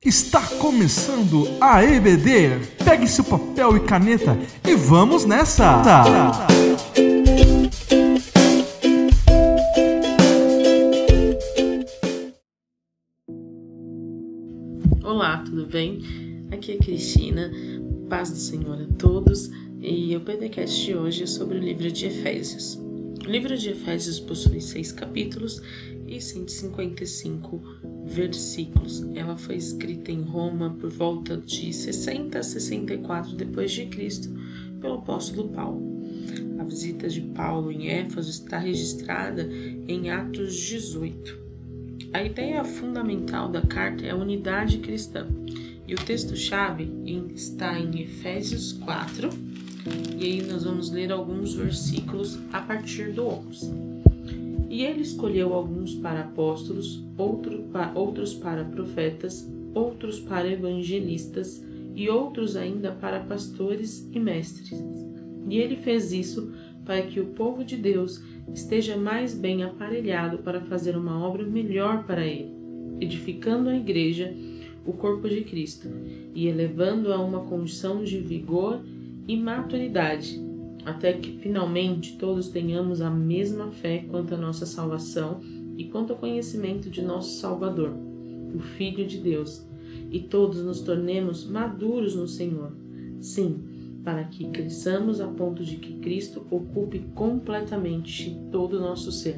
Está começando a EBD. Pegue seu papel e caneta e vamos nessa! Olá, tudo bem? Aqui é Cristina, paz do Senhor a todos, e o podcast de hoje é sobre o livro de Efésios. O livro de Efésios possui 6 capítulos e 155 versículos. Ela foi escrita em Roma por volta de 60 a 64 depois de Cristo pelo apóstolo Paulo. A visita de Paulo em Éfeso está registrada em Atos 18. A ideia fundamental da carta é a unidade cristã, e o texto-chave está em Efésios 4, e aí nós vamos ler alguns versículos a partir do 11. E ele escolheu alguns para apóstolos, outros para profetas, outros para evangelistas e outros ainda para pastores e mestres. E ele fez isso para que o povo de Deus esteja mais bem aparelhado para fazer uma obra melhor para ele, edificando a igreja, o corpo de Cristo, e elevando-a a uma condição de vigor e maturidade, até que finalmente todos tenhamos a mesma fé quanto à nossa salvação e quanto ao conhecimento de nosso Salvador, o Filho de Deus, e todos nos tornemos maduros no Senhor. Sim, para que cresçamos a ponto de que Cristo ocupe completamente todo o nosso ser.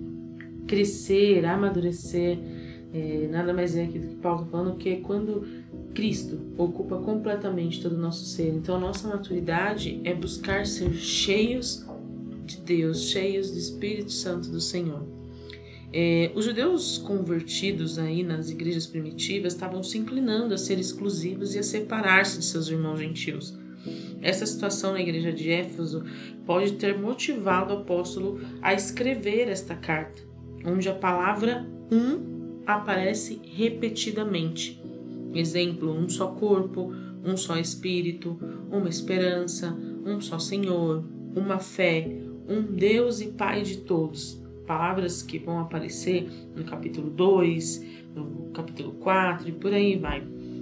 Crescer, amadurecer, nada mais é aquilo que Paulo está falando, que é quando Cristo ocupa completamente todo o nosso ser. Então a nossa maturidade é buscar ser cheios de Deus, cheios do Espírito Santo do Senhor. Os judeus convertidos aí nas igrejas primitivas estavam se inclinando a ser exclusivos e a separar-se de seus irmãos gentios. Essa situação na igreja de Éfeso pode ter motivado o apóstolo a escrever esta carta, onde a palavra aparece repetidamente. Exemplo, um só corpo, um só espírito, uma esperança, um só Senhor, uma fé, um Deus e Pai de todos. Palavras que vão aparecer no capítulo 2, no capítulo 4 e por aí vai.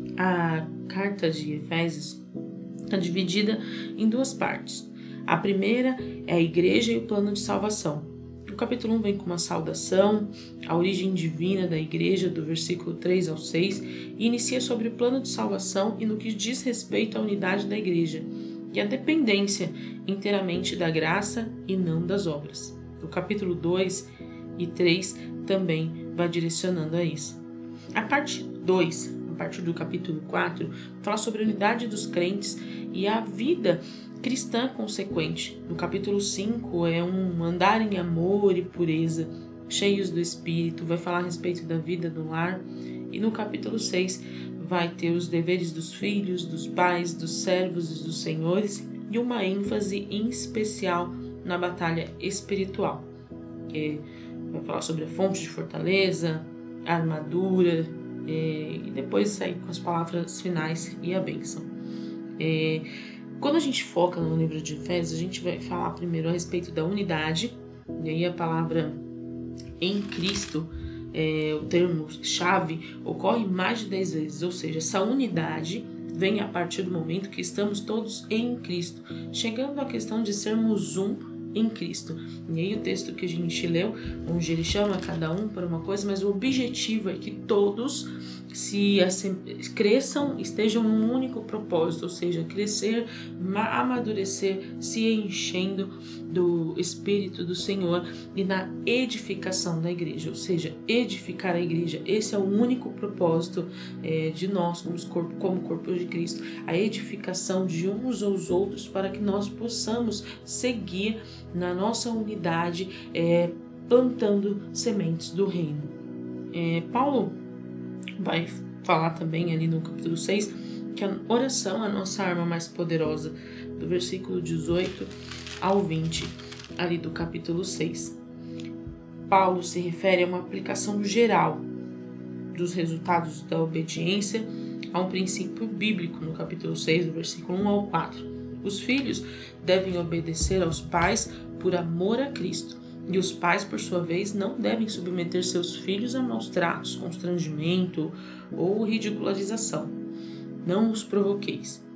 A carta de Efésios está dividida em duas partes. A primeira é a igreja e o plano de salvação. O capítulo 1 vem com uma saudação, a origem divina da igreja, do versículo 3 ao 6, e inicia sobre o plano de salvação e no que diz respeito à unidade da igreja, e a dependência inteiramente da graça e não das obras. O capítulo 2 e 3 também vai direcionando a isso. A parte 2, a partir do capítulo 4, fala sobre a unidade dos crentes e a vida cristã consequente. No capítulo 5 é um andar em amor e pureza, cheios do Espírito, vai falar a respeito da vida do lar. E no capítulo 6 vai ter os deveres dos filhos, dos pais, dos servos e dos senhores, e uma ênfase em especial na batalha espiritual. Vai falar sobre a fonte de fortaleza, a armadura, e depois sair com as palavras finais e a bênção. Quando a gente foca no livro de Efésios, a gente vai falar primeiro a respeito da unidade, e aí a palavra em Cristo, o termo chave, ocorre mais de 10 vezes, ou seja, essa unidade vem a partir do momento que estamos todos em Cristo, chegando à questão de sermos um em Cristo. E aí o texto que a gente leu, onde ele chama cada um para uma coisa, mas o objetivo é que todos cresçam, estejam num único propósito, ou seja, crescer, amadurecer, se enchendo do Espírito do Senhor e na edificação da igreja, ou seja, edificar a igreja. Esse é o único propósito de nós como corpo de Cristo, a edificação de uns aos outros para que nós possamos seguir na nossa unidade, plantando sementes do reino. Paulo vai falar também ali no capítulo 6 que a oração é a nossa arma mais poderosa, do versículo 18 ao 20, ali do capítulo 6. Paulo se refere a uma aplicação geral dos resultados da obediência a um princípio bíblico, no capítulo 6, do versículo 1 ao 4. Os filhos devem obedecer aos pais por amor a Cristo E os pais, por sua vez, não devem submeter seus filhos a maus tratos, constrangimento ou ridicularização. Não os provoqueis.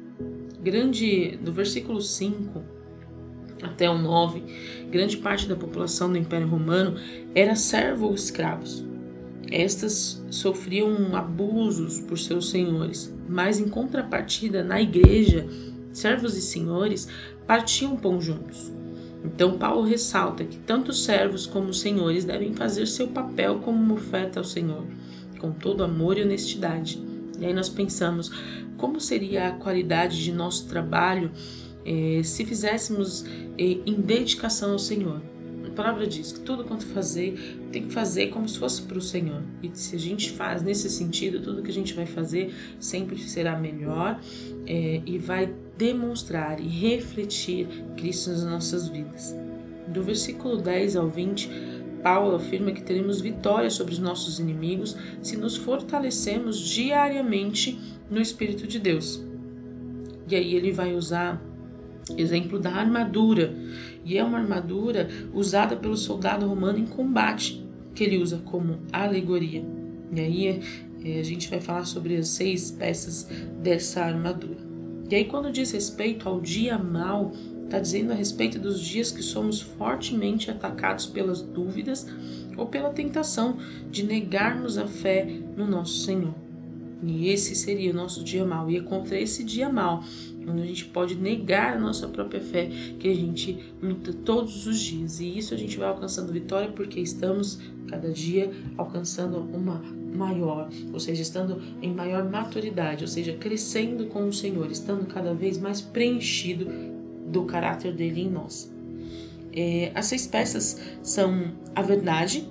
Do versículo 5 até o 9, grande parte da população do Império Romano era servo ou escravos. Estas sofriam abusos por seus senhores, mas em contrapartida, na igreja, servos e senhores partiam pão juntos. Então Paulo ressalta que tanto servos como senhores devem fazer seu papel como uma oferta ao Senhor, com todo amor e honestidade. E aí nós pensamos, como seria a qualidade de nosso trabalho se fizéssemos em dedicação ao Senhor? A palavra diz que tudo quanto fazer, tem que fazer como se fosse para o Senhor. E se a gente faz nesse sentido, tudo que a gente vai fazer sempre será melhor e vai demonstrar e refletir Cristo nas nossas vidas. Do versículo 10 ao 20, Paulo afirma que teremos vitória sobre os nossos inimigos se nos fortalecemos diariamente no Espírito de Deus. E aí ele vai usar exemplo da armadura, e é uma armadura usada pelo soldado romano em combate, que ele usa como alegoria. E aí a gente vai falar sobre as 6 peças dessa armadura. E aí quando diz respeito ao dia mau, está dizendo a respeito dos dias que somos fortemente atacados pelas dúvidas ou pela tentação de negarmos a fé no nosso Senhor. E esse seria o nosso dia mau. E é contra esse dia mau, onde a gente pode negar a nossa própria fé, que a gente luta todos os dias. E isso a gente vai alcançando vitória porque estamos cada dia alcançando uma maior, ou seja, estando em maior maturidade, ou seja, crescendo com o Senhor, estando cada vez mais preenchido do caráter dele em nós. As 6 peças são a verdade,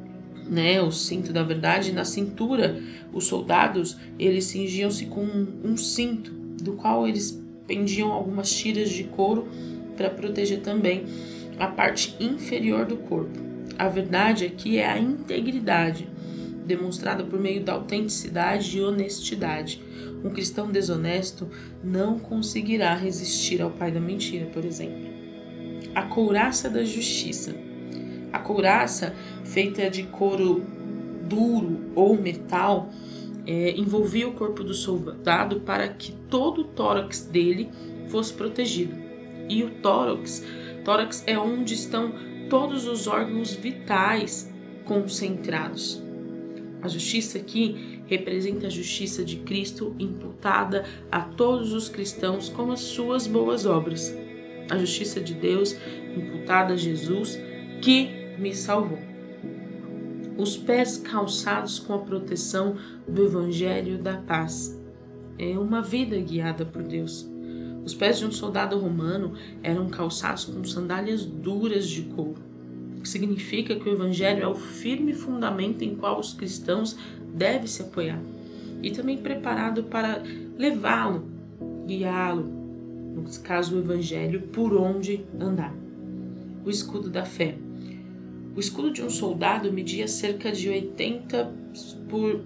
o cinto da verdade. Na cintura, os soldados, eles cingiam-se com um cinto, do qual eles pendiam algumas tiras de couro para proteger também a parte inferior do corpo. A verdade aqui é a integridade, demonstrada por meio da autenticidade e honestidade. Um cristão desonesto não conseguirá resistir ao pai da mentira, por exemplo. A couraça da justiça. A couraça, feita de couro duro ou metal, envolvia o corpo do soldado para que todo o tórax dele fosse protegido. E o tórax é onde estão todos os órgãos vitais concentrados. A justiça aqui representa a justiça de Cristo imputada a todos os cristãos com as suas boas obras. A justiça de Deus imputada a Jesus que me salvou. Os pés calçados com a proteção do Evangelho da paz. É uma vida guiada por Deus. Os pés de um soldado romano eram calçados com sandálias duras de couro, o que significa que o Evangelho é o firme fundamento em qual os cristãos devem se apoiar, e também preparado para levá-lo, guiá-lo, no caso o Evangelho, por onde andar. O escudo da fé. O escudo de um soldado media cerca de 80 por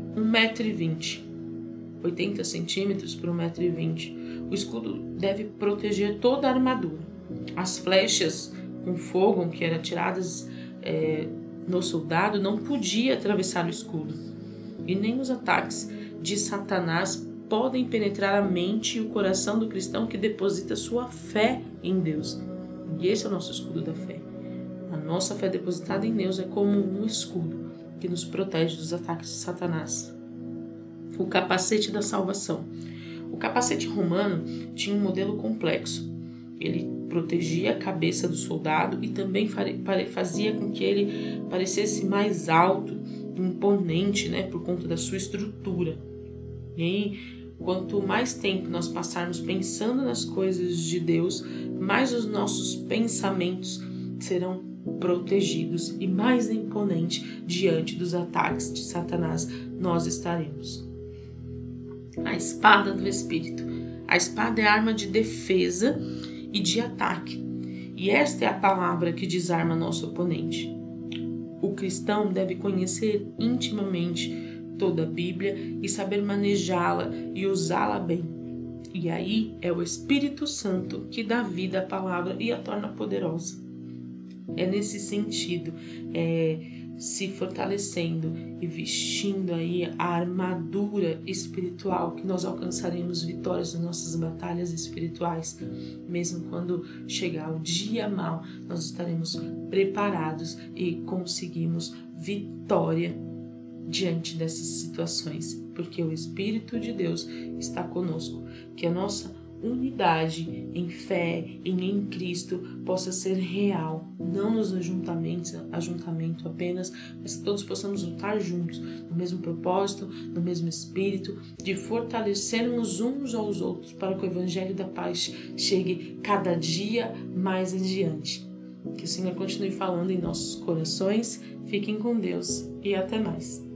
1,20 m, 80 centímetros por 1,20 m. O escudo deve proteger toda a armadura. As flechas com fogo que eram atiradas no soldado não podia atravessar o escudo. E nem os ataques de Satanás podem penetrar a mente e o coração do cristão que deposita sua fé em Deus. E esse é o nosso escudo da fé. A nossa fé depositada em Deus é como um escudo que nos protege dos ataques de Satanás. O capacete da salvação. O capacete romano tinha um modelo complexo. Ele protegia a cabeça do soldado e também fazia com que ele parecesse mais alto, imponente, por conta da sua estrutura. E aí, quanto mais tempo nós passarmos pensando nas coisas de Deus, mais os nossos pensamentos serão protegidos e mais imponente diante dos ataques de Satanás nós estaremos. A espada do Espírito. A espada é arma de defesa e de ataque, e esta é a palavra que desarma nosso oponente. O cristão deve conhecer intimamente toda a Bíblia e saber manejá-la e usá-la bem. E aí é o Espírito Santo que dá vida à palavra e a torna poderosa. É nesse sentido, se fortalecendo e vestindo aí a armadura espiritual que nós alcançaremos vitórias nas nossas batalhas espirituais. Mesmo quando chegar o dia mau, nós estaremos preparados e conseguimos vitória diante dessas situações, porque o Espírito de Deus está conosco. Que a nossa unidade em fé e em Cristo possa ser real, não nos ajuntamento apenas, mas que todos possamos lutar juntos, no mesmo propósito, no mesmo espírito, de fortalecermos uns aos outros para que o Evangelho da Paz chegue cada dia mais adiante. Que o Senhor continue falando em nossos corações. Fiquem com Deus e até mais.